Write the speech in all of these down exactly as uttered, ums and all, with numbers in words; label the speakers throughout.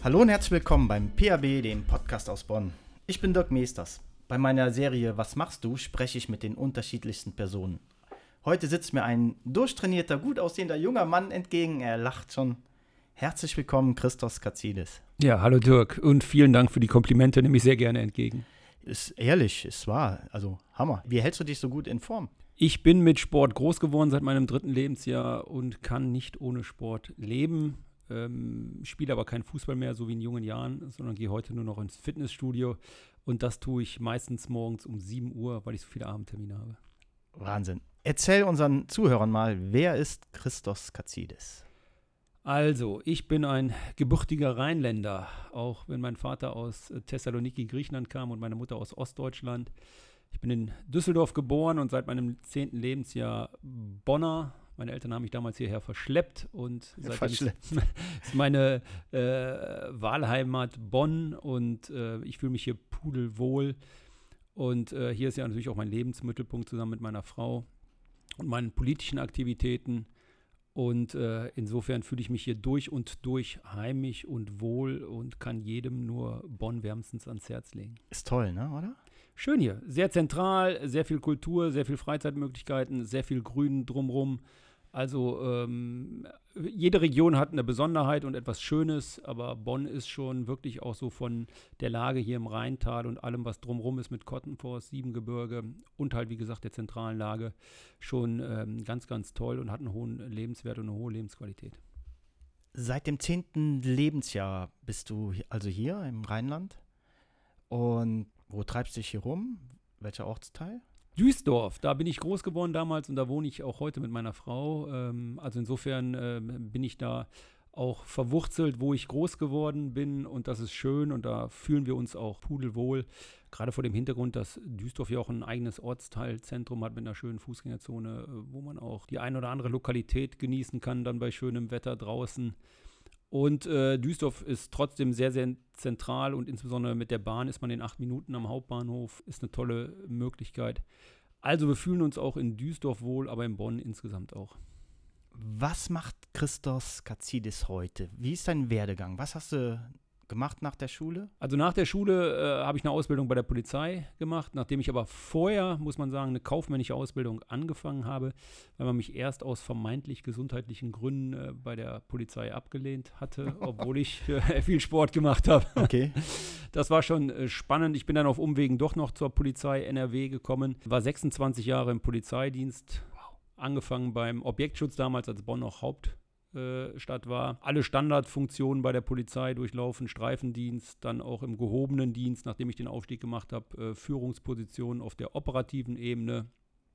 Speaker 1: Hallo und herzlich willkommen beim P A B, dem Podcast aus Bonn. Ich bin Dirk Meesters. Bei meiner Serie Was machst du? Spreche ich mit den unterschiedlichsten Personen. Heute sitzt mir ein durchtrainierter, gut aussehender junger Mann entgegen. Er lacht schon. Herzlich willkommen, Christos Katsidis.
Speaker 2: Ja, hallo Dirk und vielen Dank für die Komplimente, nehme ich sehr gerne entgegen.
Speaker 1: Ist ehrlich, ist wahr, also Hammer. Wie hältst du dich so gut in Form?
Speaker 2: Ich bin mit Sport groß geworden seit meinem dritten Lebensjahr und kann nicht ohne Sport leben. Ähm, spiele aber keinen Fußball mehr, so wie in jungen Jahren, sondern gehe heute nur noch ins Fitnessstudio. Und das tue ich meistens morgens um sieben Uhr, weil ich so viele Abendtermine habe.
Speaker 1: Wahnsinn. Erzähl unseren Zuhörern mal, wer ist Christos Katsidis?
Speaker 2: Also, ich bin ein gebürtiger Rheinländer, auch wenn mein Vater aus Thessaloniki, Griechenland kam und meine Mutter aus Ostdeutschland. Ich bin in Düsseldorf geboren und seit meinem zehnten Lebensjahr Bonner. Meine Eltern haben mich damals hierher verschleppt und seitdem
Speaker 1: Verschleppt.
Speaker 2: ist, ist meine äh, Wahlheimat Bonn und äh, ich fühle mich hier pudelwohl. Und äh, hier ist ja natürlich auch mein Lebensmittelpunkt zusammen mit meiner Frau und meinen politischen Aktivitäten. Und äh, insofern fühle ich mich hier durch und durch heimisch und wohl und kann jedem nur Bonn wärmstens ans Herz legen.
Speaker 1: Ist toll, ne, oder?
Speaker 2: Schön hier, sehr zentral, sehr viel Kultur, sehr viel Freizeitmöglichkeiten, sehr viel Grün drumherum. Also ähm, jede Region hat eine Besonderheit und etwas Schönes, aber Bonn ist schon wirklich auch so von der Lage hier im Rheintal und allem, was drumherum ist mit Kottenforst, Siebengebirge und halt wie gesagt der zentralen Lage schon ähm, ganz, ganz toll und hat einen hohen Lebenswert und eine hohe Lebensqualität.
Speaker 1: Seit dem zehnten Lebensjahr bist du also hier im Rheinland. Und wo treibst du dich hier rum? Welcher Ortsteil?
Speaker 2: Duisdorf, da bin ich groß geworden damals und da wohne ich auch heute mit meiner Frau. Ähm, also insofern ähm, bin ich da auch verwurzelt, wo ich groß geworden bin und das ist schön und da fühlen wir uns auch pudelwohl. Gerade vor dem Hintergrund, dass Duisdorf ja auch ein eigenes Ortsteilzentrum hat mit einer schönen Fußgängerzone, wo man auch die ein oder andere Lokalität genießen kann, dann bei schönem Wetter draußen. Und äh, Duisdorf ist trotzdem sehr, sehr zentral und insbesondere mit der Bahn ist man in acht Minuten am Hauptbahnhof, ist eine tolle Möglichkeit. Also wir fühlen uns auch in Duisdorf wohl, aber in Bonn insgesamt auch.
Speaker 1: Was macht Christos Katsidis heute? Wie ist dein Werdegang? Was hast du gemacht nach der Schule?
Speaker 2: Also nach der Schule äh, habe ich eine Ausbildung bei der Polizei gemacht, nachdem ich aber vorher, muss man sagen, eine kaufmännische Ausbildung angefangen habe, weil man mich erst aus vermeintlich gesundheitlichen Gründen äh, bei der Polizei abgelehnt hatte, obwohl ich äh, viel Sport gemacht habe.
Speaker 1: Okay.
Speaker 2: Das war schon äh, spannend. Ich bin dann auf Umwegen doch noch zur Polizei N R W gekommen, war sechsundzwanzig Jahre im Polizeidienst, wow. Angefangen beim Objektschutz damals, als Bonn noch Haupt Stadt war. Alle Standardfunktionen bei der Polizei durchlaufen, Streifendienst, dann auch im gehobenen Dienst, nachdem ich den Aufstieg gemacht habe, äh, Führungspositionen auf der operativen Ebene.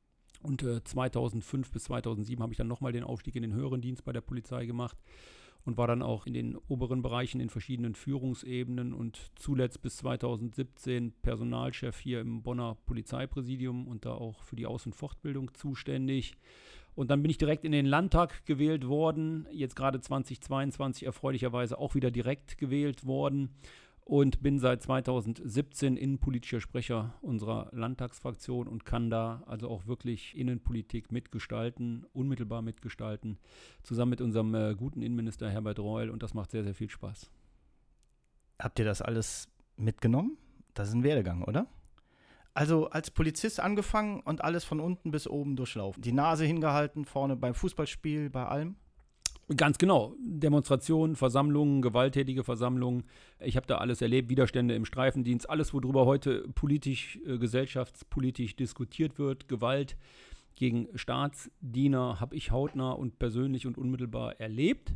Speaker 2: Und äh, zweitausendfünf bis zweitausendsieben habe ich dann nochmal den Aufstieg in den höheren Dienst bei der Polizei gemacht und war dann auch in den oberen Bereichen in verschiedenen Führungsebenen und zuletzt bis zweitausendsiebzehn Personalchef hier im Bonner Polizeipräsidium und da auch für die Aus- und Fortbildung zuständig. Und dann bin ich direkt in den Landtag gewählt worden, jetzt gerade zweitausendzweiundzwanzig erfreulicherweise auch wieder direkt gewählt worden und bin seit zweitausendsiebzehn innenpolitischer Sprecher unserer Landtagsfraktion und kann da also auch wirklich Innenpolitik mitgestalten, unmittelbar mitgestalten, zusammen mit unserem äh, guten Innenminister Herbert Reul und das macht sehr, sehr viel Spaß.
Speaker 1: Habt ihr das alles mitgenommen? Das ist ein Werdegang, oder? Also als Polizist angefangen und alles von unten bis oben durchlaufen. Die Nase hingehalten, vorne beim Fußballspiel, bei allem?
Speaker 2: Ganz genau. Demonstrationen, Versammlungen, gewalttätige Versammlungen. Ich habe da alles erlebt, Widerstände im Streifendienst, alles, worüber heute politisch, äh, gesellschaftspolitisch diskutiert wird. Gewalt gegen Staatsdiener habe ich hautnah und persönlich und unmittelbar erlebt.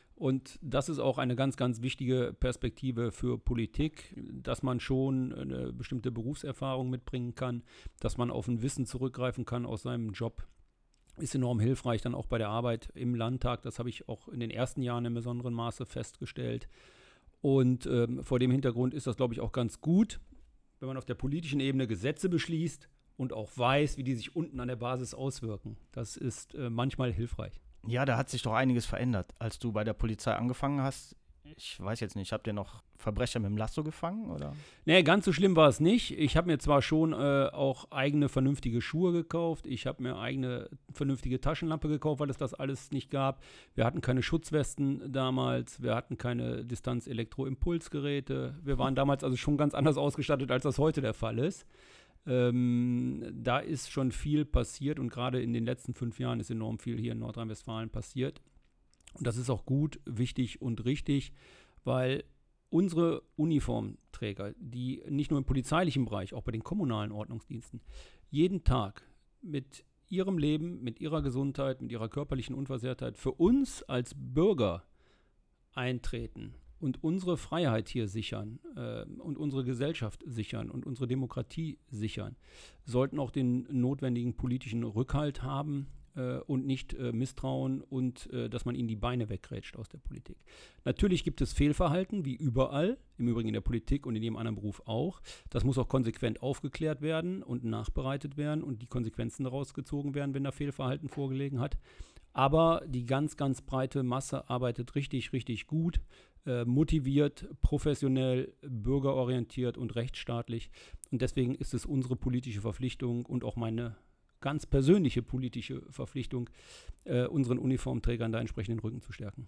Speaker 2: Und das ist auch eine ganz, ganz wichtige Perspektive für Politik, dass man schon eine bestimmte Berufserfahrung mitbringen kann, dass man auf ein Wissen zurückgreifen kann aus seinem Job. Ist enorm hilfreich dann auch bei der Arbeit im Landtag. Das habe ich auch in den ersten Jahren in besonderem Maße festgestellt. Und ähm, vor dem Hintergrund ist das, glaube ich, auch ganz gut, wenn man auf der politischen Ebene Gesetze beschließt und auch weiß, wie die sich unten an der Basis auswirken. Das ist äh, manchmal hilfreich.
Speaker 1: Ja, da hat sich doch einiges verändert. Als du bei der Polizei angefangen hast, Ich weiß jetzt nicht, habt ihr noch Verbrecher mit dem Lasso gefangen, oder?
Speaker 2: Nee, ganz so schlimm war es nicht. Ich habe mir zwar schon äh, auch eigene vernünftige Schuhe gekauft. Ich habe mir eigene vernünftige Taschenlampe gekauft, weil es das alles nicht gab. Wir hatten keine Schutzwesten damals. Wir hatten keine Distanz-Elektro-Impulsgeräte. Wir waren damals also schon ganz anders ausgestattet, als das heute der Fall ist. Ähm, da ist schon viel passiert und gerade in den letzten fünf Jahren ist enorm viel hier in Nordrhein-Westfalen passiert. Und das ist auch gut, wichtig und richtig, weil unsere Uniformträger, die nicht nur im polizeilichen Bereich, auch bei den kommunalen Ordnungsdiensten, jeden Tag mit ihrem Leben, mit ihrer Gesundheit, mit ihrer körperlichen Unversehrtheit für uns als Bürger eintreten und unsere Freiheit hier sichern äh, und unsere Gesellschaft sichern und unsere Demokratie sichern, sollten auch den notwendigen politischen Rückhalt haben äh, und nicht äh, misstrauen und äh, dass man ihnen die Beine weggrätscht aus der Politik. Natürlich gibt es Fehlverhalten, wie überall, im Übrigen in der Politik und in jedem anderen Beruf auch. Das muss auch konsequent aufgeklärt werden und nachbereitet werden und die Konsequenzen daraus gezogen werden, wenn da Fehlverhalten vorgelegen hat. Aber die ganz, ganz breite Masse arbeitet richtig, richtig gut, äh, motiviert, professionell, bürgerorientiert und rechtsstaatlich. Und deswegen ist es unsere politische Verpflichtung und auch meine ganz persönliche politische Verpflichtung, äh, unseren Uniformträgern da entsprechend den Rücken zu stärken.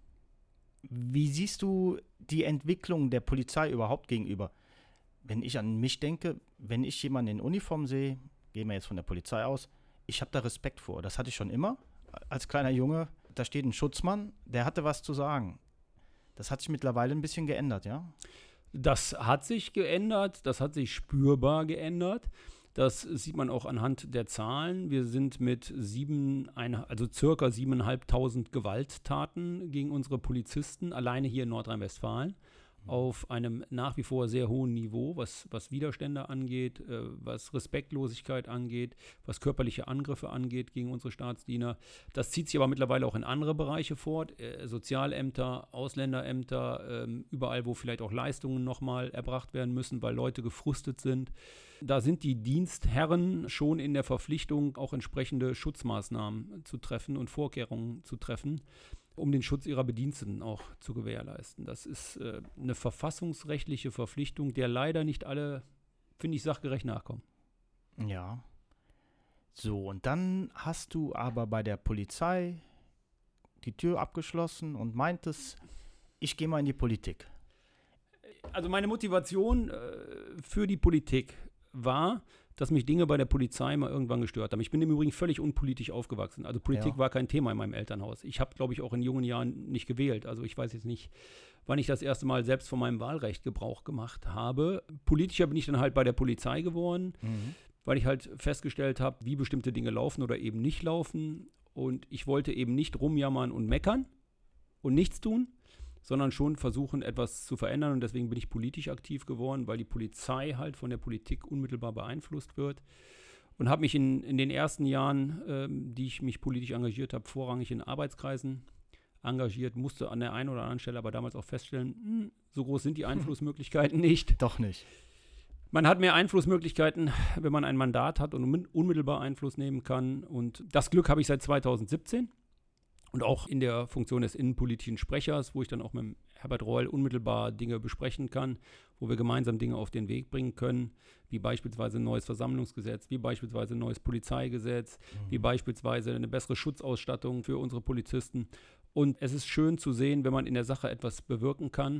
Speaker 1: Wie siehst du die Entwicklung der Polizei überhaupt gegenüber? Wenn ich an mich denke, wenn ich jemanden in Uniform sehe, gehen wir jetzt von der Polizei aus, ich habe da Respekt vor. Das hatte ich schon immer als kleiner Junge. Da steht ein Schutzmann, der hatte was zu sagen. Das hat sich mittlerweile ein bisschen geändert, ja?
Speaker 2: Das hat sich geändert, das hat sich spürbar geändert. Das sieht man auch anhand der Zahlen. Wir sind mit sieben, also circa siebeneinhalbtausend Gewalttaten gegen unsere Polizisten, alleine hier in Nordrhein-Westfalen, auf einem nach wie vor sehr hohen Niveau, was, was Widerstände angeht, äh, was Respektlosigkeit angeht, was körperliche Angriffe angeht gegen unsere Staatsdiener. Das zieht sich aber mittlerweile auch in andere Bereiche fort, äh, Sozialämter, Ausländerämter, äh, überall, wo vielleicht auch Leistungen nochmal erbracht werden müssen, weil Leute gefrustet sind. Da sind die Dienstherren schon in der Verpflichtung, auch entsprechende Schutzmaßnahmen zu treffen und Vorkehrungen zu treffen, um den Schutz ihrer Bediensteten auch zu gewährleisten. Das ist äh, eine verfassungsrechtliche Verpflichtung, der leider nicht alle, finde ich, sachgerecht nachkommen.
Speaker 1: Ja. So, und dann hast du aber bei der Polizei die Tür abgeschlossen und meintest, ich gehe mal in die Politik.
Speaker 2: Also meine Motivation äh, für die Politik war, dass mich Dinge bei der Polizei mal irgendwann gestört haben. Ich bin im Übrigen völlig unpolitisch aufgewachsen. Also Politik
Speaker 1: Ja.
Speaker 2: war kein Thema in meinem Elternhaus. Ich habe, glaube ich, auch in jungen Jahren nicht gewählt. Also ich weiß jetzt nicht, wann ich das erste Mal selbst von meinem Wahlrecht Gebrauch gemacht habe. Politischer bin ich dann halt bei der Polizei geworden,
Speaker 1: Mhm.
Speaker 2: weil ich halt festgestellt habe, wie bestimmte Dinge laufen oder eben nicht laufen. Und ich wollte eben nicht rumjammern und meckern und nichts tun, sondern schon versuchen, etwas zu verändern. Und deswegen bin ich politisch aktiv geworden, weil die Polizei halt von der Politik unmittelbar beeinflusst wird. Und habe mich in, in den ersten Jahren, ähm, die ich mich politisch engagiert habe, vorrangig in Arbeitskreisen engagiert, musste an der einen oder anderen Stelle aber damals auch feststellen, mh, so groß sind die Einflussmöglichkeiten nicht.
Speaker 1: Doch nicht.
Speaker 2: Man hat mehr Einflussmöglichkeiten, wenn man ein Mandat hat und unmittelbar Einfluss nehmen kann. Und das Glück habe ich seit zweitausendsiebzehn. Und auch in der Funktion des innenpolitischen Sprechers, wo ich dann auch mit Herbert Reul unmittelbar Dinge besprechen kann, wo wir gemeinsam Dinge auf den Weg bringen können, wie beispielsweise ein neues Versammlungsgesetz, wie beispielsweise ein neues Polizeigesetz, mhm. wie beispielsweise eine bessere Schutzausstattung für unsere Polizisten. Und es ist schön zu sehen, wenn man in der Sache etwas bewirken kann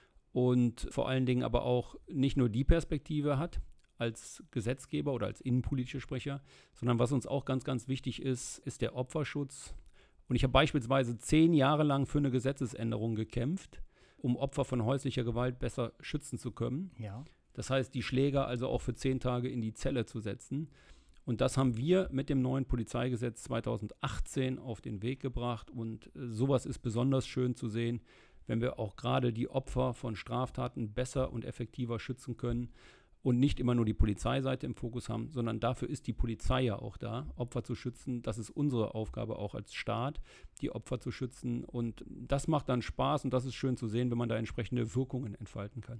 Speaker 2: und vor allen Dingen aber auch nicht nur die Perspektive hat als Gesetzgeber oder als innenpolitischer Sprecher, sondern was uns auch ganz, ganz wichtig ist, ist der Opferschutz. Und ich habe beispielsweise zehn Jahre lang für eine Gesetzesänderung gekämpft, um Opfer von häuslicher Gewalt besser schützen zu können.
Speaker 1: Ja.
Speaker 2: Das heißt, die Schläger also auch für zehn Tage in die Zelle zu setzen. Und das haben wir mit dem neuen Polizeigesetz zweitausendachtzehn auf den Weg gebracht. Und äh, sowas ist besonders schön zu sehen, wenn wir auch gerade die Opfer von Straftaten besser und effektiver schützen können. Und nicht immer nur die Polizeiseite im Fokus haben, sondern dafür ist die Polizei ja auch da, Opfer zu schützen. Das ist unsere Aufgabe auch als Staat, die Opfer zu schützen. Und das macht dann Spaß und das ist schön zu sehen, wenn man da entsprechende Wirkungen entfalten kann.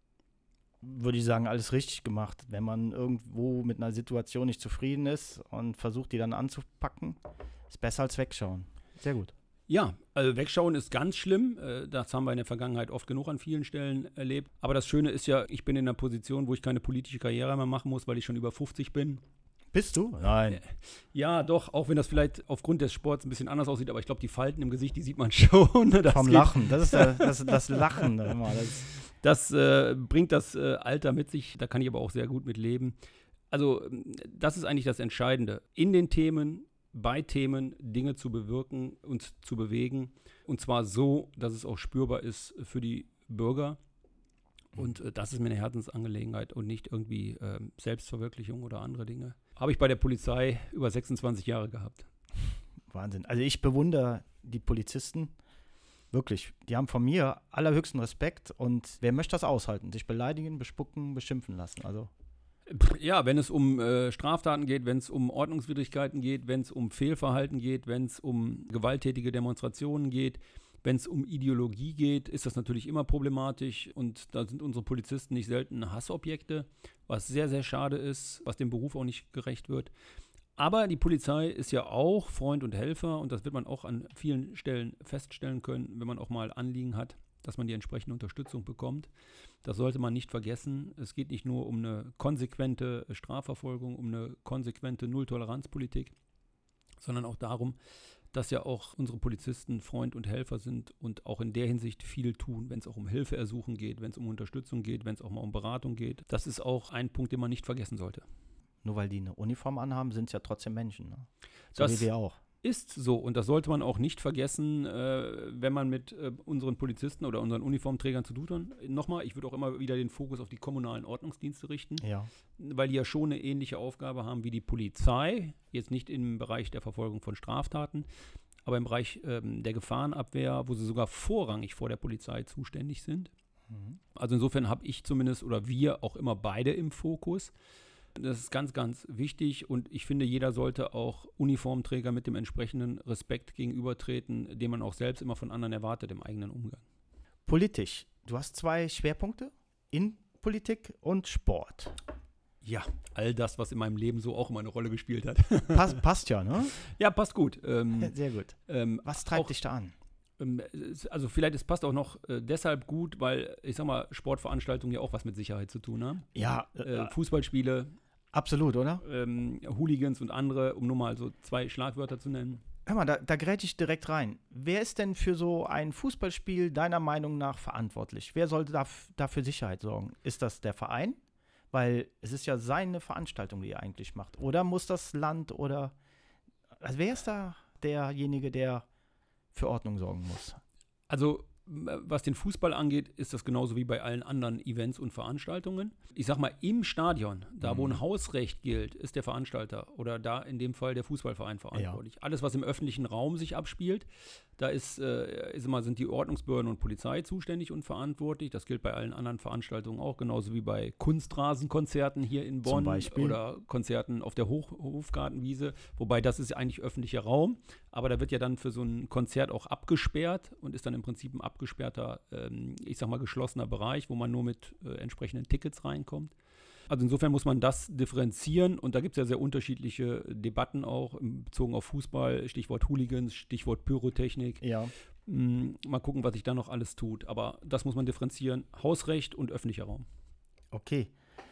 Speaker 1: Würde ich sagen, alles richtig gemacht. Wenn man irgendwo mit einer Situation nicht zufrieden ist und versucht, die dann anzupacken, ist besser als wegschauen. Sehr gut.
Speaker 2: Ja, also wegschauen ist ganz schlimm. Äh, Das haben wir in der Vergangenheit oft genug an vielen Stellen erlebt. Aber das Schöne ist ja, ich bin in einer Position, wo ich keine politische Karriere mehr machen muss, weil ich schon über fünfzig bin.
Speaker 1: Bist du? Nein.
Speaker 2: Ja, doch, auch wenn das vielleicht aufgrund des Sports ein bisschen anders aussieht, aber ich glaube, die Falten im Gesicht, die sieht man schon. Das
Speaker 1: Vom
Speaker 2: geht-
Speaker 1: Lachen. Das ist das, das, das Lachen immer. Das,
Speaker 2: Das äh, bringt das äh, Alter mit sich, da kann ich aber auch sehr gut mit leben. Also ähm, das ist eigentlich das Entscheidende. In den Themen, bei Themen Dinge zu bewirken und zu bewegen. Und zwar so, dass es auch spürbar ist für die Bürger. Und äh, das ist mir eine Herzensangelegenheit und nicht irgendwie ähm, Selbstverwirklichung oder andere Dinge. Habe ich bei der Polizei über sechsundzwanzig Jahre gehabt.
Speaker 1: Wahnsinn. Also ich bewundere die Polizisten. Wirklich. Die haben von mir allerhöchsten Respekt. Und wer möchte das aushalten? Sich beleidigen, bespucken, beschimpfen lassen. Also
Speaker 2: Ja, wenn es um äh, Straftaten geht, wenn es um Ordnungswidrigkeiten geht, wenn es um Fehlverhalten geht, wenn es um gewalttätige Demonstrationen geht, wenn es um Ideologie geht, ist das natürlich immer problematisch. Und da sind unsere Polizisten nicht selten Hassobjekte, was sehr, sehr schade ist, was dem Beruf auch nicht gerecht wird. Aber die Polizei ist ja auch Freund und Helfer und das wird man auch an vielen Stellen feststellen können, wenn man auch mal Anliegen hat, dass man die entsprechende Unterstützung bekommt. Das sollte man nicht vergessen. Es geht nicht nur um eine konsequente Strafverfolgung, um eine konsequente Nulltoleranzpolitik, sondern auch darum, dass ja auch unsere Polizisten Freund und Helfer sind und auch in der Hinsicht viel tun, wenn es auch um Hilfeersuchen geht, wenn es um Unterstützung geht, wenn es auch mal um Beratung geht. Das ist auch ein Punkt, den man nicht vergessen sollte.
Speaker 1: nur weil die eine Uniform anhaben, sind es ja trotzdem Menschen. Ne? So
Speaker 2: Das
Speaker 1: wie wir auch.
Speaker 2: ist so und das sollte man auch nicht vergessen, äh, wenn man mit äh, unseren Polizisten oder unseren Uniformträgern zu tun hat. Nochmal, ich würde auch immer wieder den Fokus auf die kommunalen Ordnungsdienste richten,
Speaker 1: Ja.
Speaker 2: weil die ja schon eine ähnliche Aufgabe haben wie die Polizei, jetzt nicht im Bereich der Verfolgung von Straftaten, aber im Bereich ähm, der Gefahrenabwehr, wo sie sogar vorrangig vor der Polizei zuständig sind.
Speaker 1: Mhm.
Speaker 2: Also insofern habe ich zumindest oder wir auch immer beide im Fokus. Das ist ganz, ganz wichtig und ich finde, jeder sollte auch Uniformträger mit dem entsprechenden Respekt gegenübertreten, den man auch selbst immer von anderen erwartet im eigenen Umgang.
Speaker 1: Politisch. Du hast zwei Schwerpunkte. Innenpolitik und Sport.
Speaker 2: Ja, all das, was in meinem Leben so auch immer eine Rolle gespielt hat.
Speaker 1: Pass, passt ja, ne?
Speaker 2: Ja, passt gut. Ähm,
Speaker 1: Sehr gut.
Speaker 2: ähm,
Speaker 1: Was treibt
Speaker 2: auch,
Speaker 1: dich da an?
Speaker 2: ähm, es- also vielleicht, es passt auch noch äh, deshalb gut, weil, ich sag mal, Sportveranstaltungen ja auch was mit Sicherheit zu tun haben.
Speaker 1: Ja,
Speaker 2: Äh, Fußballspiele,
Speaker 1: absolut, oder?
Speaker 2: ähm, Hooligans und andere, um nur mal so zwei Schlagwörter zu nennen.
Speaker 1: Hör mal, da, da grätsch ich direkt rein. Wer ist denn für so ein Fußballspiel deiner Meinung nach verantwortlich? Wer sollte da, da für Sicherheit sorgen? Ist das der Verein? Weil es ist ja seine Veranstaltung, die er eigentlich macht. Oder muss das Land oder also wer ist da derjenige, der für Ordnung sorgen muss?
Speaker 2: Also, m- was den Fußball angeht, ist das genauso wie bei allen anderen Events und Veranstaltungen. Ich sag mal, im Stadion, da wo
Speaker 1: Mhm.
Speaker 2: ein Hausrecht gilt, ist der Veranstalter oder da in dem Fall der Fußballverein verantwortlich. Alles, was im öffentlichen Raum sich abspielt, da ist, äh, ist immer, sind die Ordnungsbehörden und Polizei zuständig und verantwortlich. Das gilt bei allen anderen Veranstaltungen auch, genauso wie bei Kunstrasenkonzerten hier in
Speaker 1: Zum
Speaker 2: Bonn
Speaker 1: Beispiel?
Speaker 2: oder Konzerten auf der Hoch Hofgartenwiese. Wobei das ist eigentlich öffentlicher Raum, aber da wird ja dann für so ein Konzert auch abgesperrt und ist dann im Prinzip ein abgesperrter, ähm, ich sag mal, geschlossener Bereich, wo man nur mit äh, entsprechenden Tickets reinkommt. Also insofern muss man das differenzieren und da gibt es ja sehr unterschiedliche Debatten auch, im- bezogen auf Fußball, Stichwort Hooligans, Stichwort Pyrotechnik.
Speaker 1: Ja.
Speaker 2: Mm, Mal gucken, was sich da noch alles tut. Aber das muss man differenzieren, Hausrecht und öffentlicher Raum.
Speaker 1: Okay.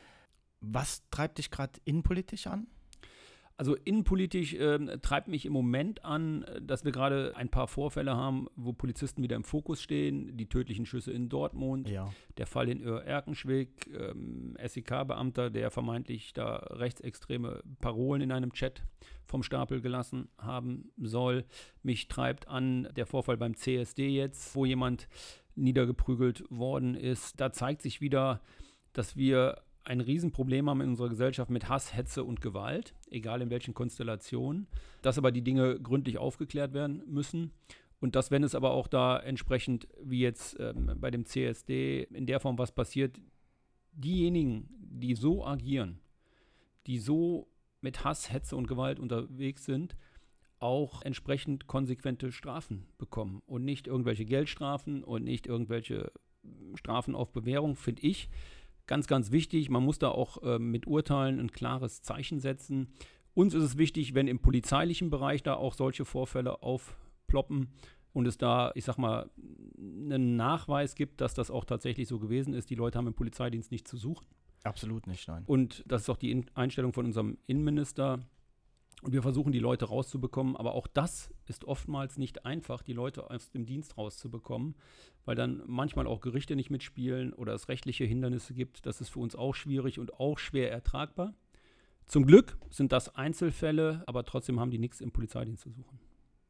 Speaker 1: Was treibt dich gerade innenpolitisch an?
Speaker 2: Also innenpolitisch ähm, treibt mich im Moment an, äh, dass wir gerade ein paar Vorfälle haben, wo Polizisten wieder im Fokus stehen. Die tödlichen Schüsse in Dortmund,
Speaker 1: Ja.
Speaker 2: der Fall in Öhr-Erkenschwick, ähm, S E K-Beamter, der vermeintlich da rechtsextreme Parolen in einem Chat vom Stapel gelassen haben soll. Mich treibt an der Vorfall beim C S D jetzt, wo jemand niedergeprügelt worden ist. Da zeigt sich wieder, dass wir ein Riesenproblem haben in unserer Gesellschaft mit Hass, Hetze und Gewalt, egal in welchen Konstellationen, dass aber die Dinge gründlich aufgeklärt werden müssen und dass, wenn es aber auch da entsprechend, wie jetzt ähm, bei dem C S D, in der Form was passiert, diejenigen, die so agieren, die so mit Hass, Hetze und Gewalt unterwegs sind, auch entsprechend konsequente Strafen bekommen und nicht irgendwelche Geldstrafen und nicht irgendwelche Strafen auf Bewährung, finde ich. Ganz, ganz wichtig, man muss da auch äh, mit Urteilen ein klares Zeichen setzen. Uns ist es wichtig, wenn im polizeilichen Bereich da auch solche Vorfälle aufploppen, und es da, ich sag mal, einen Nachweis gibt, dass das auch tatsächlich so gewesen ist. Die Leute haben im Polizeidienst nichts zu suchen.
Speaker 1: Absolut nicht, nein.
Speaker 2: Und das ist auch die Einstellung von unserem Innenminister. Und wir versuchen, die Leute rauszubekommen. Aber auch das ist oftmals nicht einfach, die Leute aus dem Dienst rauszubekommen, weil dann manchmal auch Gerichte nicht mitspielen oder es rechtliche Hindernisse gibt. Das ist für uns auch schwierig und auch schwer ertragbar. Zum Glück sind das Einzelfälle, aber trotzdem haben die nichts im Polizeidienst zu suchen.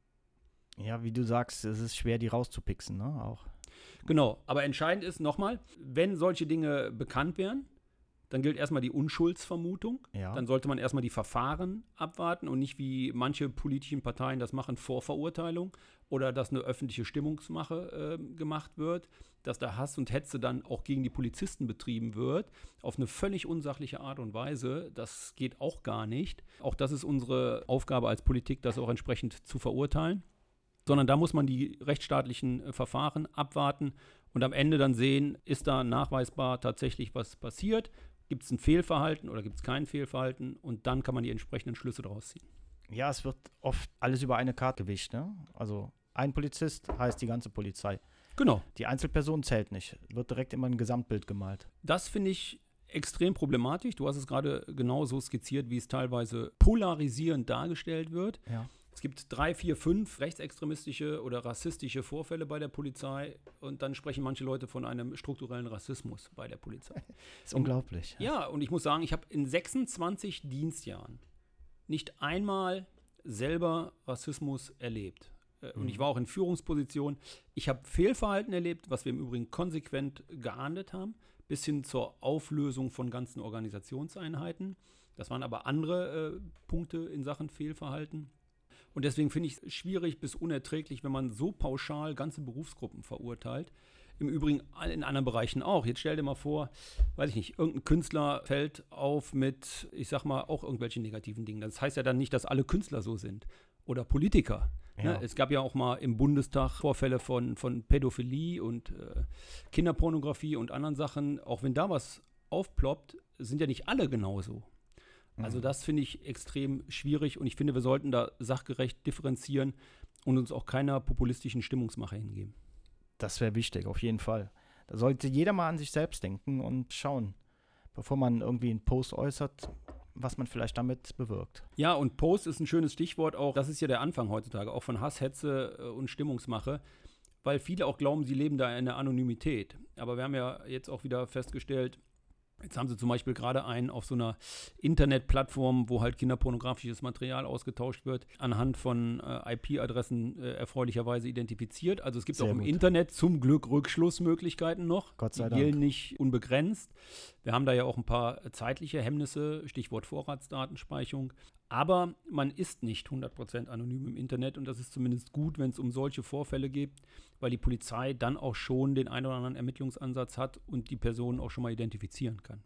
Speaker 1: Ja, wie du sagst, es ist schwer, die rauszupixen, ne, auch.
Speaker 2: Genau, aber entscheidend ist nochmal, wenn solche Dinge bekannt werden, dann gilt erstmal die Unschuldsvermutung.
Speaker 1: Ja.
Speaker 2: Dann sollte man erstmal die Verfahren abwarten und nicht, wie manche politischen Parteien das machen, Vorverurteilung oder dass eine öffentliche Stimmungsmache äh, gemacht wird, dass da Hass und Hetze dann auch gegen die Polizisten betrieben wird, auf eine völlig unsachliche Art und Weise. Das geht auch gar nicht. Auch das ist unsere Aufgabe als Politik, das auch entsprechend zu verurteilen. Sondern da muss man die rechtsstaatlichen äh, Verfahren abwarten und am Ende dann sehen, ist da nachweisbar tatsächlich was passiert, gibt es ein Fehlverhalten oder gibt es kein Fehlverhalten und dann kann man die entsprechenden Schlüsse daraus ziehen.
Speaker 1: Ja, es wird oft alles über eine Karte gewischt, ne? Also ein Polizist heißt die ganze Polizei.
Speaker 2: Genau.
Speaker 1: Die Einzelperson zählt nicht, wird direkt immer ein Gesamtbild gemalt.
Speaker 2: Das finde ich extrem problematisch. Du hast es gerade genau so skizziert, wie es teilweise polarisierend dargestellt wird.
Speaker 1: Ja.
Speaker 2: Es gibt drei, vier, fünf rechtsextremistische oder rassistische Vorfälle bei der Polizei und dann sprechen manche Leute von einem strukturellen Rassismus bei der Polizei.
Speaker 1: Das ist unglaublich.
Speaker 2: Ja, ja, und ich muss sagen, ich habe in sechsundzwanzig Dienstjahren nicht einmal selber Rassismus erlebt. Und ich war auch in Führungspositionen. Ich habe Fehlverhalten erlebt, was wir im Übrigen konsequent geahndet haben, bis hin zur Auflösung von ganzen Organisationseinheiten. Das waren aber andere äh, Punkte in Sachen Fehlverhalten. Und deswegen finde ich es schwierig bis unerträglich, wenn man so pauschal ganze Berufsgruppen verurteilt. Im Übrigen in anderen Bereichen auch. Jetzt stell dir mal vor, weiß ich nicht, irgendein Künstler fällt auf mit, ich sag mal, auch irgendwelchen negativen Dingen. Das heißt ja dann nicht, dass alle Künstler so sind. Oder Politiker. Ja. Ne? Es gab ja auch mal im Bundestag Vorfälle von, von Pädophilie und äh, Kinderpornografie und anderen Sachen. Auch wenn da was aufploppt, sind ja nicht alle genauso. Also das finde ich extrem schwierig und ich finde, wir sollten da sachgerecht differenzieren und uns auch keiner populistischen Stimmungsmache hingeben.
Speaker 1: Das wäre wichtig, auf jeden Fall. Da sollte jeder mal an sich selbst denken und schauen, bevor man irgendwie einen Post äußert, was man vielleicht damit bewirkt.
Speaker 2: Ja, und Post ist ein schönes Stichwort auch. Das ist ja der Anfang heutzutage, auch von Hass, Hetze und Stimmungsmache, weil viele auch glauben, sie leben da in der Anonymität. Aber wir haben ja jetzt auch wieder festgestellt, jetzt haben sie zum Beispiel gerade einen auf so einer Internetplattform, wo halt kinderpornografisches Material ausgetauscht wird, anhand von äh, I P-Adressen äh, erfreulicherweise identifiziert. Also es gibt
Speaker 1: Sehr
Speaker 2: auch im
Speaker 1: gut.
Speaker 2: Internet zum Glück Rückschlussmöglichkeiten noch.
Speaker 1: Gott sei
Speaker 2: Die
Speaker 1: Dank.
Speaker 2: gilt nicht unbegrenzt. Wir haben da ja auch ein paar zeitliche Hemmnisse, Stichwort Vorratsdatenspeicherung. Aber man ist nicht hundert Prozent anonym im Internet und das ist zumindest gut, wenn es um solche Vorfälle geht, weil die Polizei dann auch schon den einen oder anderen Ermittlungsansatz hat und die Personen auch schon mal identifizieren kann.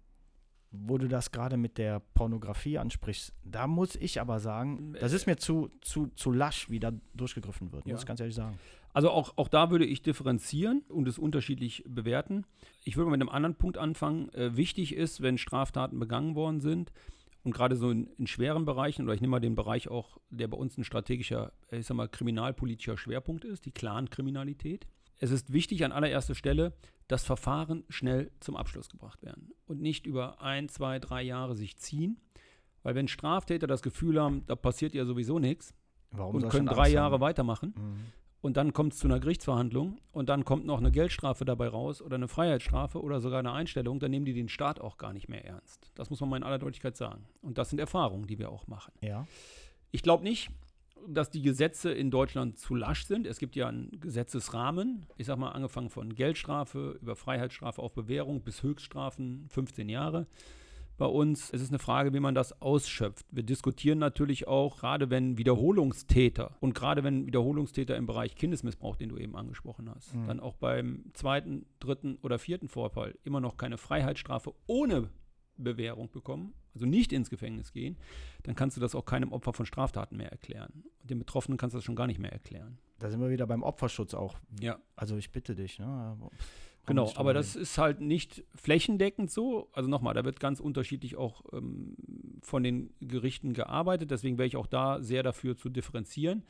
Speaker 1: Wo du das gerade mit der Pornografie ansprichst, da muss ich aber sagen, das ist mir zu, zu, zu lasch, wie da durchgegriffen wird,
Speaker 2: Ja.
Speaker 1: muss ich ganz ehrlich sagen.
Speaker 2: Also auch, auch da würde ich differenzieren und es unterschiedlich bewerten. Ich würde mit einem anderen Punkt anfangen. Äh, wichtig ist, wenn Straftaten begangen worden sind, und gerade so in, in schweren Bereichen, oder ich nehme mal den Bereich auch, der bei uns ein strategischer, ich sag mal, kriminalpolitischer Schwerpunkt ist, die Clankriminalität. Es ist wichtig an allererster Stelle, dass Verfahren schnell zum Abschluss gebracht werden und nicht über ein, zwei, drei Jahre sich ziehen. Weil wenn Straftäter das Gefühl haben, da passiert ja sowieso nichts
Speaker 1: Warum
Speaker 2: und
Speaker 1: soll ich
Speaker 2: können
Speaker 1: denn
Speaker 2: drei
Speaker 1: Angst
Speaker 2: Jahre
Speaker 1: haben?
Speaker 2: weitermachen,
Speaker 1: Mhm.
Speaker 2: und dann kommt es zu einer Gerichtsverhandlung und dann kommt noch eine Geldstrafe dabei raus oder eine Freiheitsstrafe oder sogar eine Einstellung, dann nehmen die den Staat auch gar nicht mehr ernst. Das muss man mal in aller Deutlichkeit sagen. Und das sind Erfahrungen, die wir auch machen.
Speaker 1: Ja.
Speaker 2: Ich glaube nicht, dass die Gesetze in Deutschland zu lasch sind. Es gibt ja einen Gesetzesrahmen, ich sag mal angefangen von Geldstrafe über Freiheitsstrafe auf Bewährung bis Höchststrafen fünfzehn Jahre. Bei uns es ist eine Frage, wie man das ausschöpft. Wir diskutieren natürlich auch, gerade wenn Wiederholungstäter und gerade wenn Wiederholungstäter im Bereich Kindesmissbrauch, den du eben angesprochen hast,
Speaker 1: Mhm.
Speaker 2: dann auch beim zweiten, dritten oder vierten Vorfall immer noch keine Freiheitsstrafe ohne Bewährung bekommen, also nicht ins Gefängnis gehen, dann kannst du das auch keinem Opfer von Straftaten mehr erklären. Und den Betroffenen kannst du das schon gar nicht mehr erklären.
Speaker 1: Da sind wir wieder beim Opferschutz auch.
Speaker 2: Ja.
Speaker 1: Also ich bitte dich, ne?
Speaker 2: Genau,
Speaker 1: nicht
Speaker 2: aber
Speaker 1: drüber
Speaker 2: das ist halt nicht flächendeckend so. Also nochmal, da wird ganz unterschiedlich auch ähm, von den Gerichten gearbeitet. Deswegen wäre ich auch da sehr dafür zu differenzieren.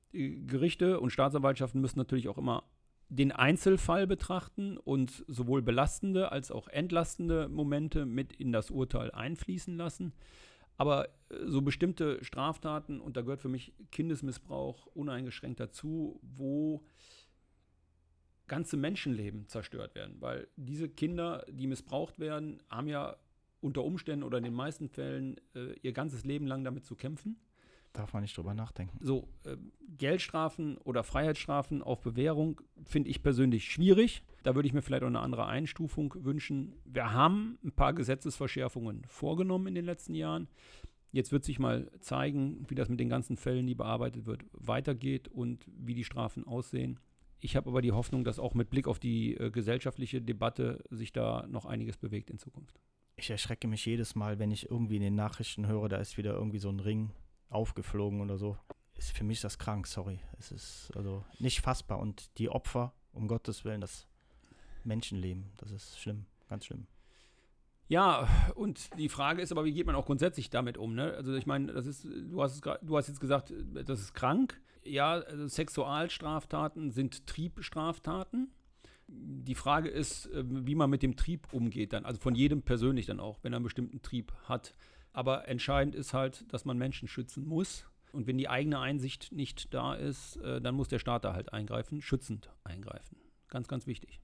Speaker 2: Die Gerichte und Staatsanwaltschaften müssen natürlich auch immer den Einzelfall betrachten und sowohl belastende als auch entlastende Momente mit in das Urteil einfließen lassen. Aber so bestimmte Straftaten, und da gehört für mich Kindesmissbrauch uneingeschränkt dazu, wo ganze Menschenleben zerstört werden. Weil diese Kinder, die missbraucht werden, haben ja unter Umständen oder in den meisten Fällen äh, ihr ganzes Leben lang damit zu kämpfen.
Speaker 1: Darf man nicht drüber nachdenken.
Speaker 2: So, äh, Geldstrafen oder Freiheitsstrafen auf Bewährung finde ich persönlich schwierig. Da würde ich mir vielleicht auch eine andere Einstufung wünschen. Wir haben ein paar Gesetzesverschärfungen vorgenommen in den letzten Jahren. Jetzt wird sich mal zeigen, wie das mit den ganzen Fällen, die bearbeitet wird, weitergeht und wie die Strafen aussehen. Ich habe aber die Hoffnung, dass auch mit Blick auf die äh, gesellschaftliche Debatte sich da noch einiges bewegt in Zukunft.
Speaker 1: Ich erschrecke mich jedes Mal, wenn ich irgendwie in den Nachrichten höre, da ist wieder irgendwie so ein Ring aufgeflogen oder so. Ist für mich das krank, sorry. Es ist also nicht fassbar. Und die Opfer, um Gottes Willen, das Menschenleben, das ist schlimm, ganz schlimm.
Speaker 2: Ja, und die Frage ist aber, wie geht man auch grundsätzlich damit um, ne? Also ich meine, das ist, du hast es, du hast jetzt gesagt, das ist krank. Ja, also Sexualstraftaten sind Triebstraftaten. Die Frage ist, wie man mit dem Trieb umgeht dann, also von jedem persönlich dann auch, wenn er einen bestimmten Trieb hat. Aber entscheidend ist halt, dass man Menschen schützen muss. Und wenn die eigene Einsicht nicht da ist, äh, dann muss der Staat da halt eingreifen, schützend eingreifen. Ganz, ganz wichtig.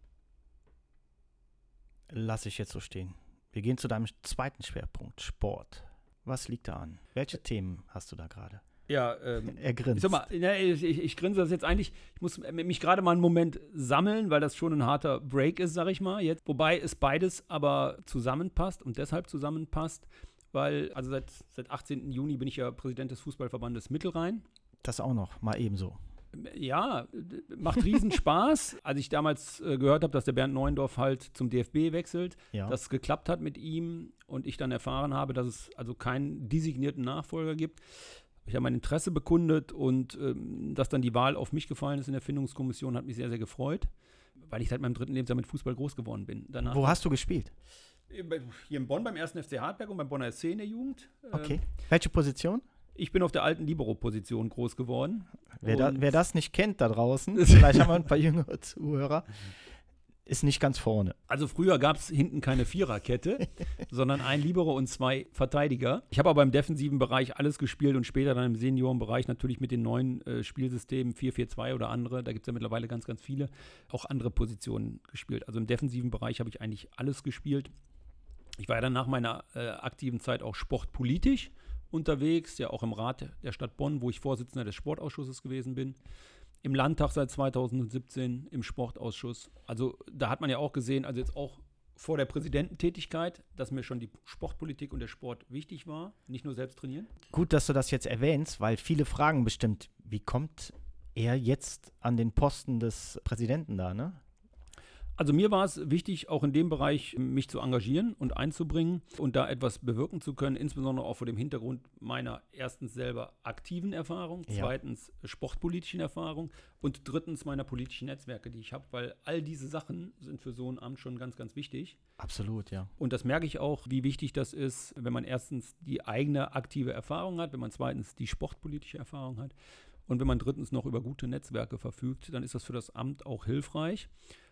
Speaker 1: Lass ich jetzt so stehen. Wir gehen zu deinem zweiten Schwerpunkt, Sport. Was liegt da an? Welche Themen hast du da gerade?
Speaker 2: Ja, ähm,
Speaker 1: er grinst.
Speaker 2: Ich sag mal, ne, ich, ich, ich grinse das jetzt eigentlich, ich muss mich gerade mal einen Moment sammeln, weil das schon ein harter Break ist, sag ich mal jetzt. Wobei es beides aber zusammenpasst und deshalb zusammenpasst, weil, also seit, seit achtzehnten Juni bin ich ja Präsident des Fußballverbandes Mittelrhein.
Speaker 1: Das auch noch, mal ebenso.
Speaker 2: Ja, macht riesen Spaß. Als ich damals äh, gehört habe, dass der Bernd Neuendorf halt zum D F B wechselt,
Speaker 1: ja.
Speaker 2: dass es geklappt hat mit ihm und ich dann erfahren habe, dass es also keinen designierten Nachfolger gibt. Ich habe mein Interesse bekundet und ähm, dass dann die Wahl auf mich gefallen ist in der Findungskommission, hat mich sehr, sehr gefreut, weil ich seit meinem dritten Lebensjahr mit Fußball groß geworden bin. Danach
Speaker 1: Wo hast du gespielt?
Speaker 2: Hier in Bonn beim ersten F C Hartberg und beim Bonner S C in der Jugend.
Speaker 1: Okay. Welche Position?
Speaker 2: Ich bin auf der alten Libero-Position groß geworden.
Speaker 1: Wer, da, wer das nicht kennt da draußen, vielleicht haben wir ein paar jüngere Zuhörer, ist nicht ganz vorne.
Speaker 2: Also früher gab es hinten keine Viererkette, sondern ein Libero und zwei Verteidiger. Ich habe aber im defensiven Bereich alles gespielt und später dann im Seniorenbereich natürlich mit den neuen äh, Spielsystemen vier vier zwei oder andere, da gibt es ja mittlerweile ganz, ganz viele, auch andere Positionen gespielt. Also im defensiven Bereich habe ich eigentlich alles gespielt. Ich war ja dann nach meiner äh, aktiven Zeit auch sportpolitisch unterwegs, ja auch im Rat der Stadt Bonn, wo ich Vorsitzender des Sportausschusses gewesen bin. Im Landtag seit zweitausendsiebzehn, im Sportausschuss. Also da hat man ja auch gesehen, also jetzt auch vor der Präsidententätigkeit, dass mir schon die Sportpolitik und der Sport wichtig war, nicht nur selbst trainieren.
Speaker 1: Gut, dass du das jetzt erwähnst, weil viele fragen bestimmt, wie kommt er jetzt an den Posten des Präsidenten da, ne?
Speaker 2: Also mir war es wichtig, auch in dem Bereich mich zu engagieren und einzubringen und da etwas bewirken zu können, insbesondere auch vor dem Hintergrund meiner erstens selber aktiven Erfahrung,
Speaker 1: Ja.
Speaker 2: zweitens sportpolitischen Erfahrung und drittens meiner politischen Netzwerke, die ich habe, weil all diese Sachen sind für so ein Amt schon ganz, ganz wichtig.
Speaker 1: Absolut, ja.
Speaker 2: Und das merke ich auch, wie wichtig das ist, wenn man erstens die eigene aktive Erfahrung hat, wenn man zweitens die sportpolitische Erfahrung hat und wenn man drittens noch über gute Netzwerke verfügt, dann ist das für das Amt auch hilfreich.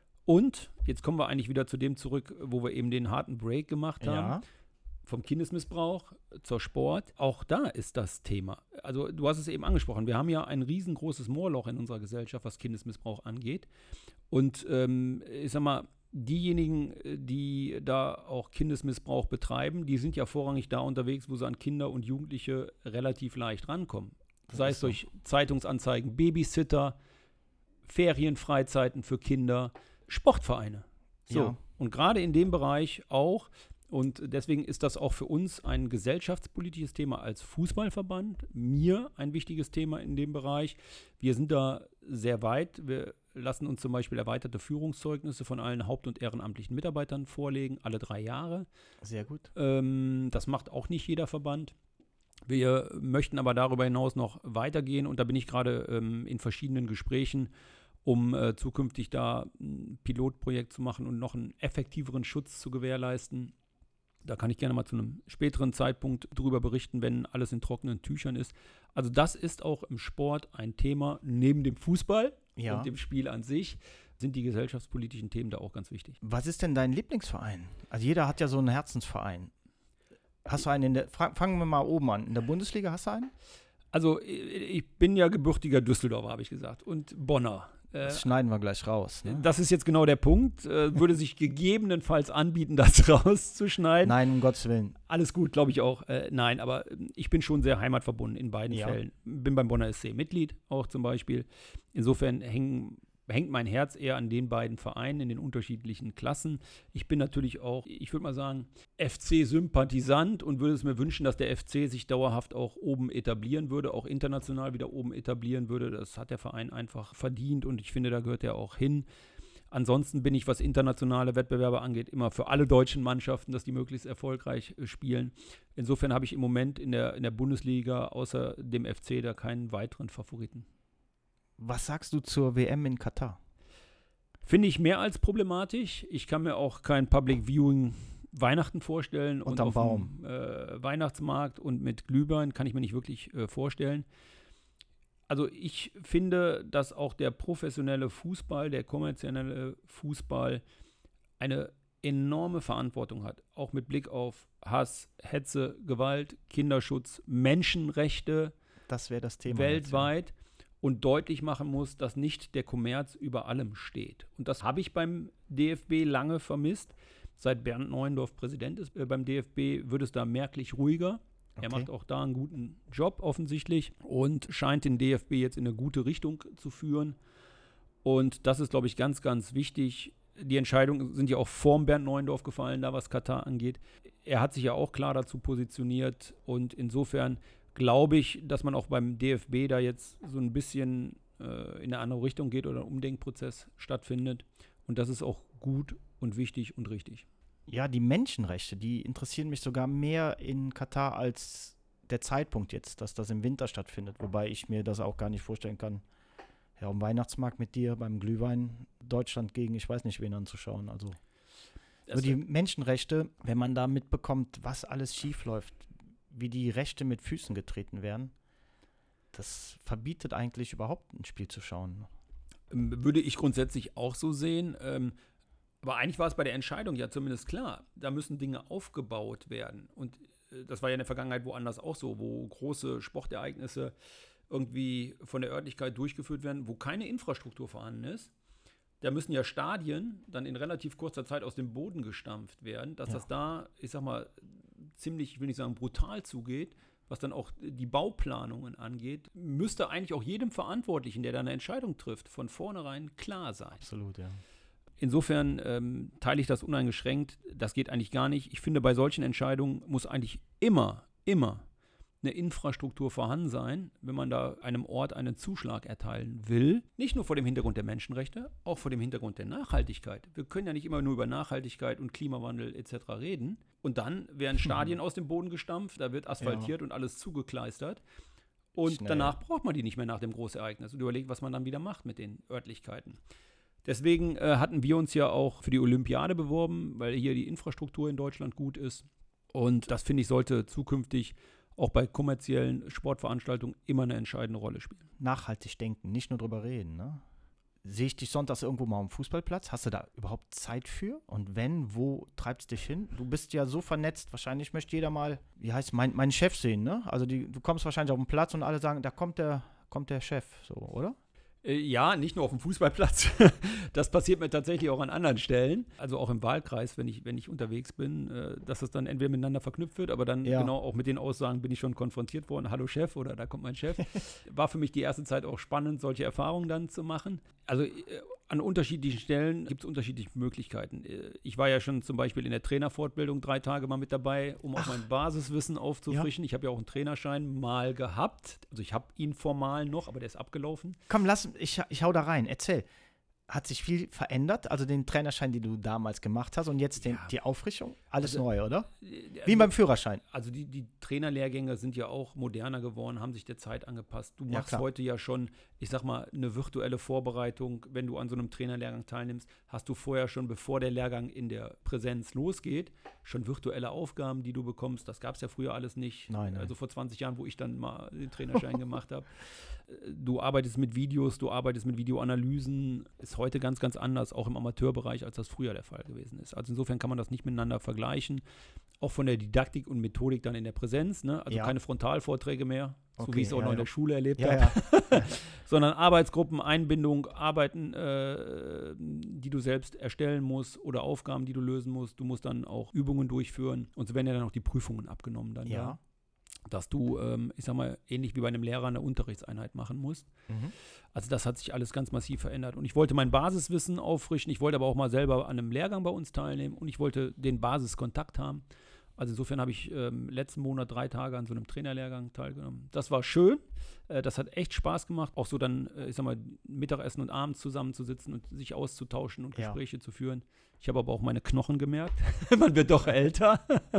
Speaker 2: Und jetzt kommen wir eigentlich wieder zu dem zurück, wo wir eben den harten Break gemacht haben.
Speaker 1: Ja.
Speaker 2: Vom Kindesmissbrauch zur Sport. Auch da ist das Thema. Also du hast es eben angesprochen. Wir haben ja ein riesengroßes Moorloch in unserer Gesellschaft, was Kindesmissbrauch angeht. Und ähm, ich sag mal, diejenigen, die da auch Kindesmissbrauch betreiben, die sind ja vorrangig da unterwegs, wo sie an Kinder und Jugendliche relativ leicht rankommen. Sei es durch Zeitungsanzeigen, Babysitter, Ferienfreizeiten für Kinder, Sportvereine. So.
Speaker 1: Ja.
Speaker 2: Und gerade in dem Bereich auch, und deswegen ist das auch für uns ein gesellschaftspolitisches Thema als Fußballverband, mir ein wichtiges Thema in dem Bereich. Wir sind da sehr weit. Wir lassen uns zum Beispiel erweiterte Führungszeugnisse von allen haupt- und ehrenamtlichen Mitarbeitern vorlegen, alle drei Jahre.
Speaker 1: Sehr gut.
Speaker 2: Ähm, das macht auch nicht jeder Verband. Wir möchten aber darüber hinaus noch weitergehen und da bin ich gerade ähm, in verschiedenen Gesprächen, um äh, zukünftig da ein Pilotprojekt zu machen und noch einen effektiveren Schutz zu gewährleisten. Da kann ich gerne mal zu einem späteren Zeitpunkt drüber berichten, wenn alles in trockenen Tüchern ist. Also das ist auch im Sport ein Thema neben dem Fußball
Speaker 1: Ja.
Speaker 2: und dem Spiel an sich. Sind die gesellschaftspolitischen Themen da auch ganz wichtig.
Speaker 1: Was ist denn dein Lieblingsverein? Also jeder hat ja so einen Herzensverein. Hast du einen in der, fra- fangen wir mal oben an. In der Bundesliga hast du einen?
Speaker 2: Also ich bin ja gebürtiger Düsseldorfer, habe ich gesagt, und Bonner. Äh,
Speaker 1: Das schneiden wir gleich raus. Ne?
Speaker 2: Das ist jetzt genau der Punkt. Äh, würde sich gegebenenfalls anbieten, das rauszuschneiden.
Speaker 1: Nein, um Gottes Willen.
Speaker 2: Alles gut, glaube ich auch. Äh, nein, aber ich bin schon sehr heimatverbunden in beiden
Speaker 1: Ja.
Speaker 2: Fällen. Bin beim Bonner S C Mitglied auch zum Beispiel. Insofern hängen, hängt mein Herz eher an den beiden Vereinen in den unterschiedlichen Klassen. Ich bin natürlich auch, ich würde mal sagen, F C-Sympathisant und würde es mir wünschen, dass der F C sich dauerhaft auch oben etablieren würde, auch international wieder oben etablieren würde. Das hat der Verein einfach verdient und ich finde, da gehört er auch hin. Ansonsten bin ich, was internationale Wettbewerbe angeht, immer für alle deutschen Mannschaften, dass die möglichst erfolgreich äh, spielen. Insofern habe ich im Moment in der, in der Bundesliga außer dem F C da keinen weiteren Favoriten.
Speaker 1: Was sagst du zur W M in Katar?
Speaker 2: Finde ich mehr als problematisch. Ich kann mir auch kein Public Viewing Weihnachten vorstellen.
Speaker 1: Unterm
Speaker 2: und auf
Speaker 1: Baum.
Speaker 2: dem äh, Weihnachtsmarkt und mit Glühwein kann ich mir nicht wirklich äh, vorstellen. Also ich finde, dass auch der professionelle Fußball, der kommerzielle Fußball eine enorme Verantwortung hat. Auch mit Blick auf Hass, Hetze, Gewalt, Kinderschutz, Menschenrechte
Speaker 1: Das wäre das Thema.
Speaker 2: weltweit und deutlich machen muss, dass nicht der Kommerz über allem steht. Und das habe ich beim D F B lange vermisst. Seit Bernd Neuendorf Präsident ist äh, beim D F B, wird es da merklich ruhiger. Er
Speaker 1: Okay.
Speaker 2: macht auch da einen guten Job offensichtlich und scheint den D F B jetzt in eine gute Richtung zu führen. Und das ist, glaube ich, ganz, ganz wichtig. Die Entscheidungen sind ja auch vorm Bernd Neuendorf gefallen, da was Katar angeht. Er hat sich ja auch klar dazu positioniert und insofern glaube ich, dass man auch beim D F B da jetzt so ein bisschen äh, in eine andere Richtung geht oder ein Umdenkprozess stattfindet. Und das ist auch gut und wichtig und richtig.
Speaker 1: Ja, die Menschenrechte, die interessieren mich sogar mehr in Katar als der Zeitpunkt jetzt, dass das im Winter stattfindet. Wobei ich mir das auch gar nicht vorstellen kann, ja, am Weihnachtsmarkt mit dir beim Glühwein Deutschland gegen ich weiß nicht wen anzuschauen. Also nur die Menschenrechte, wenn man da mitbekommt, was alles schief läuft, wie die Rechte mit Füßen getreten werden, das verbietet eigentlich überhaupt ein Spiel zu schauen.
Speaker 2: Ähm, Würde ich grundsätzlich auch so sehen. Ähm, aber eigentlich war es bei der Entscheidung ja zumindest klar, da müssen Dinge aufgebaut werden. Und äh, das war ja in der Vergangenheit woanders auch so, wo große Sportereignisse irgendwie von der Örtlichkeit durchgeführt werden, wo keine Infrastruktur vorhanden ist. Da müssen ja Stadien dann in relativ kurzer Zeit aus dem Boden gestampft werden, dass
Speaker 1: Ja.
Speaker 2: das da, ich sag mal, ziemlich, ich will nicht sagen brutal zugeht, was dann auch die Bauplanungen angeht, müsste eigentlich auch jedem Verantwortlichen, der da eine Entscheidung trifft, von vornherein klar sein.
Speaker 1: Absolut, ja.
Speaker 2: Insofern ähm, teile ich das uneingeschränkt. Das geht eigentlich gar nicht. Ich finde, bei solchen Entscheidungen muss eigentlich immer, immer eine Infrastruktur vorhanden sein, wenn man da einem Ort einen Zuschlag erteilen will. Nicht nur vor dem Hintergrund der Menschenrechte, auch vor dem Hintergrund der Nachhaltigkeit. Wir können ja nicht immer nur über Nachhaltigkeit und Klimawandel et cetera reden. Und dann werden Stadien aus dem Boden gestampft, da wird asphaltiert und alles zugekleistert. Und
Speaker 1: Schnell.
Speaker 2: danach braucht man die nicht mehr nach dem Großereignis und überlegt, was man dann wieder macht mit den Örtlichkeiten. Deswegen äh, hatten wir uns ja auch für die Olympiade beworben, weil hier die Infrastruktur in Deutschland gut ist. Und das, finde ich, sollte zukünftig auch bei kommerziellen Sportveranstaltungen immer eine entscheidende Rolle spielen.
Speaker 1: Nachhaltig denken, nicht nur drüber reden, ne? Sehe ich dich sonntags irgendwo mal am Fußballplatz? Hast du da überhaupt Zeit für? Und wenn, wo treibst du dich hin? Du bist ja so vernetzt, wahrscheinlich möchte jeder mal, wie heißt mein, meinen Chef sehen, ne? Also die, du kommst wahrscheinlich auf den Platz und alle sagen, da kommt der, kommt der Chef, so, oder?
Speaker 2: Äh, ja, nicht nur auf dem Fußballplatz. Das passiert mir tatsächlich auch an anderen Stellen. Also auch im Wahlkreis, wenn ich, wenn ich unterwegs bin, äh, dass das dann entweder miteinander verknüpft wird, aber dann
Speaker 1: Ja.
Speaker 2: genau auch mit den Aussagen bin ich schon konfrontiert worden. Hallo Chef oder da kommt mein Chef. War für mich die erste Zeit auch spannend, solche Erfahrungen dann zu machen. Also äh, an unterschiedlichen Stellen gibt es unterschiedliche Möglichkeiten. Äh, ich war ja schon zum Beispiel in der Trainerfortbildung drei Tage mal mit dabei, um auch mein Basiswissen aufzufrischen. Ich habe ja auch einen Trainerschein mal gehabt. Also ich habe ihn formal noch, aber der ist abgelaufen.
Speaker 1: Komm, lass, ich, ich hau da rein, erzähl. Hat sich viel verändert, also den Trainerschein, den du damals gemacht hast und jetzt den,
Speaker 2: Ja.
Speaker 1: die Auffrischung? Alles
Speaker 2: also,
Speaker 1: neu, oder?
Speaker 2: Wie
Speaker 1: also, beim Führerschein.
Speaker 2: Also die, die Trainerlehrgänge sind ja auch moderner geworden, haben sich der Zeit angepasst. Du machst
Speaker 1: ja,
Speaker 2: heute ja schon, ich sag mal, eine virtuelle Vorbereitung. Wenn du an so einem Trainerlehrgang teilnimmst, hast du vorher schon, bevor der Lehrgang in der Präsenz losgeht, schon virtuelle Aufgaben, die du bekommst. Das gab es ja früher alles nicht.
Speaker 1: Nein, nein.
Speaker 2: Also vor zwanzig Jahren, wo ich dann mal den Trainerschein gemacht habe. Du arbeitest mit Videos, du arbeitest mit Videoanalysen. Ist heute ganz, ganz anders, auch im Amateurbereich, als das früher der Fall gewesen ist. Also insofern kann man das nicht miteinander vergleichen. Auch von der Didaktik und Methodik dann in der Präsenz. Ne? Also
Speaker 1: ja.
Speaker 2: keine Frontalvorträge mehr, so
Speaker 1: okay,
Speaker 2: wie ich es auch
Speaker 1: ja,
Speaker 2: noch
Speaker 1: ja.
Speaker 2: in der Schule erlebt
Speaker 1: ja,
Speaker 2: habe.
Speaker 1: Ja.
Speaker 2: Sondern Arbeitsgruppen, Einbindung, Arbeiten, äh, die du selbst erstellen musst oder Aufgaben, die du lösen musst. Du musst dann auch Übungen durchführen. Und so werden ja dann auch die Prüfungen abgenommen dann.
Speaker 1: Ja.
Speaker 2: ja? Dass du, ähm, ich sag mal, ähnlich wie bei einem Lehrer eine Unterrichtseinheit machen musst.
Speaker 1: Mhm.
Speaker 2: Also das hat sich alles ganz massiv verändert. Und ich wollte mein Basiswissen auffrischen, ich wollte aber auch mal selber an einem Lehrgang bei uns teilnehmen und ich wollte den Basiskontakt haben. Also insofern habe ich ähm, letzten Monat drei Tage an so einem Trainerlehrgang teilgenommen. Das war schön, äh, das hat echt Spaß gemacht, auch so dann, äh, ich sag mal, Mittagessen und abends zusammenzusitzen und sich auszutauschen und Gespräche ja. zu führen. Ich habe aber auch meine Knochen gemerkt, man wird doch älter.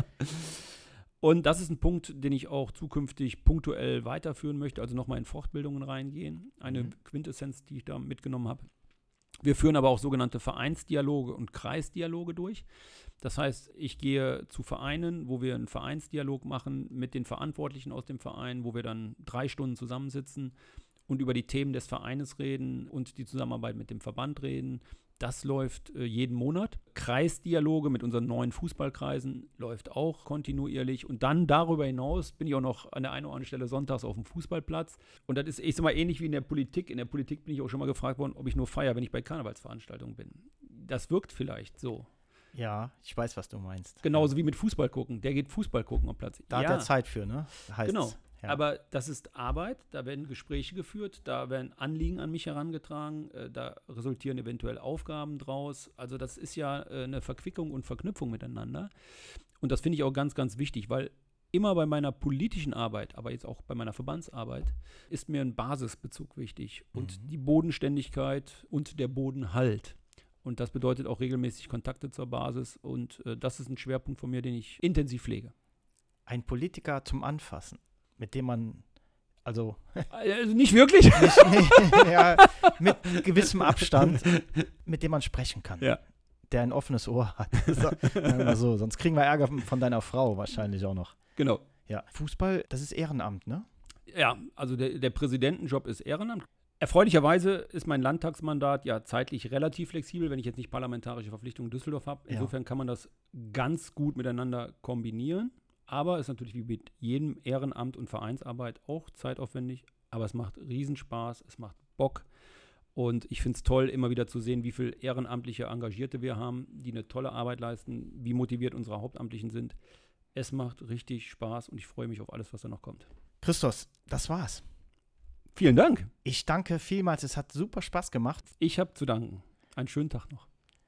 Speaker 2: Und das ist ein Punkt, den ich auch zukünftig punktuell weiterführen möchte, also nochmal in Fortbildungen reingehen. Eine mhm. Quintessenz, die ich da mitgenommen habe. Wir führen aber auch sogenannte Vereinsdialoge und Kreisdialoge durch. Das heißt, ich gehe zu Vereinen, wo wir einen Vereinsdialog machen mit den Verantwortlichen aus dem Verein, wo wir dann drei Stunden zusammensitzen und über die Themen des Vereines reden und die Zusammenarbeit mit dem Verband reden. Das läuft äh, jeden Monat. Kreisdialoge mit unseren neuen Fußballkreisen läuft auch kontinuierlich. Und dann darüber hinaus bin ich auch noch an der einen oder anderen Stelle sonntags auf dem Fußballplatz. Und das ist, ich sag mal, ähnlich wie in der Politik. In der Politik bin ich auch schon mal gefragt worden, ob ich nur feiere, wenn ich bei Karnevalsveranstaltungen bin. Das wirkt vielleicht so.
Speaker 1: Ja, ich weiß, was du meinst.
Speaker 2: Genauso wie mit Fußball gucken. Der geht Fußball gucken am Platz.
Speaker 1: Da
Speaker 2: ja.
Speaker 1: hat er Zeit für, ne?
Speaker 2: Heißt genau. Ja. Aber das ist Arbeit, da werden Gespräche geführt, da werden Anliegen an mich herangetragen, äh, da resultieren eventuell Aufgaben draus. Also das ist ja äh, eine Verquickung und Verknüpfung miteinander. Und das finde ich auch ganz, ganz wichtig, weil immer bei meiner politischen Arbeit, aber jetzt auch bei meiner Verbandsarbeit, ist mir ein Basisbezug wichtig und mhm. die Bodenständigkeit und der Bodenhalt. Und das bedeutet auch regelmäßig Kontakte zur Basis und äh, das ist ein Schwerpunkt von mir, den ich intensiv pflege.
Speaker 1: Ein Politiker zum Anfassen, mit dem man, also...
Speaker 2: also nicht wirklich?
Speaker 1: Nicht, nee, ja, mit gewissem Abstand, mit dem man sprechen kann.
Speaker 2: Ja.
Speaker 1: Der ein offenes Ohr hat. So, mal so. Sonst kriegen wir Ärger von deiner Frau wahrscheinlich auch noch.
Speaker 2: Genau.
Speaker 1: Ja. Fußball, das ist Ehrenamt, ne?
Speaker 2: Ja, also der, der Präsidentenjob ist Ehrenamt. Erfreulicherweise ist mein Landtagsmandat ja zeitlich relativ flexibel, wenn ich jetzt nicht parlamentarische Verpflichtungen in Düsseldorf habe. Insofern ja. kann man das ganz gut miteinander kombinieren. Aber ist natürlich wie mit jedem Ehrenamt und Vereinsarbeit auch zeitaufwendig. Aber es macht Riesenspaß, es macht Bock. Und ich finde es toll, immer wieder zu sehen, wie viele ehrenamtliche Engagierte wir haben, die eine tolle Arbeit leisten, wie motiviert unsere Hauptamtlichen sind. Es macht richtig Spaß und ich freue mich auf alles, was da noch kommt.
Speaker 1: Christos, das war's.
Speaker 2: Vielen Dank.
Speaker 1: Ich danke vielmals, es hat super Spaß gemacht.
Speaker 2: Ich habe zu danken. Einen schönen Tag noch.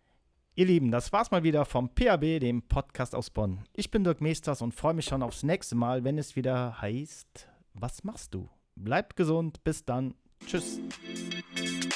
Speaker 1: Ihr Lieben, das war's mal wieder vom P A B, dem Podcast aus Bonn. Ich bin Dirk Meesters und freue mich schon aufs nächste Mal, wenn es wieder heißt, was machst du? Bleibt gesund, bis dann. Tschüss.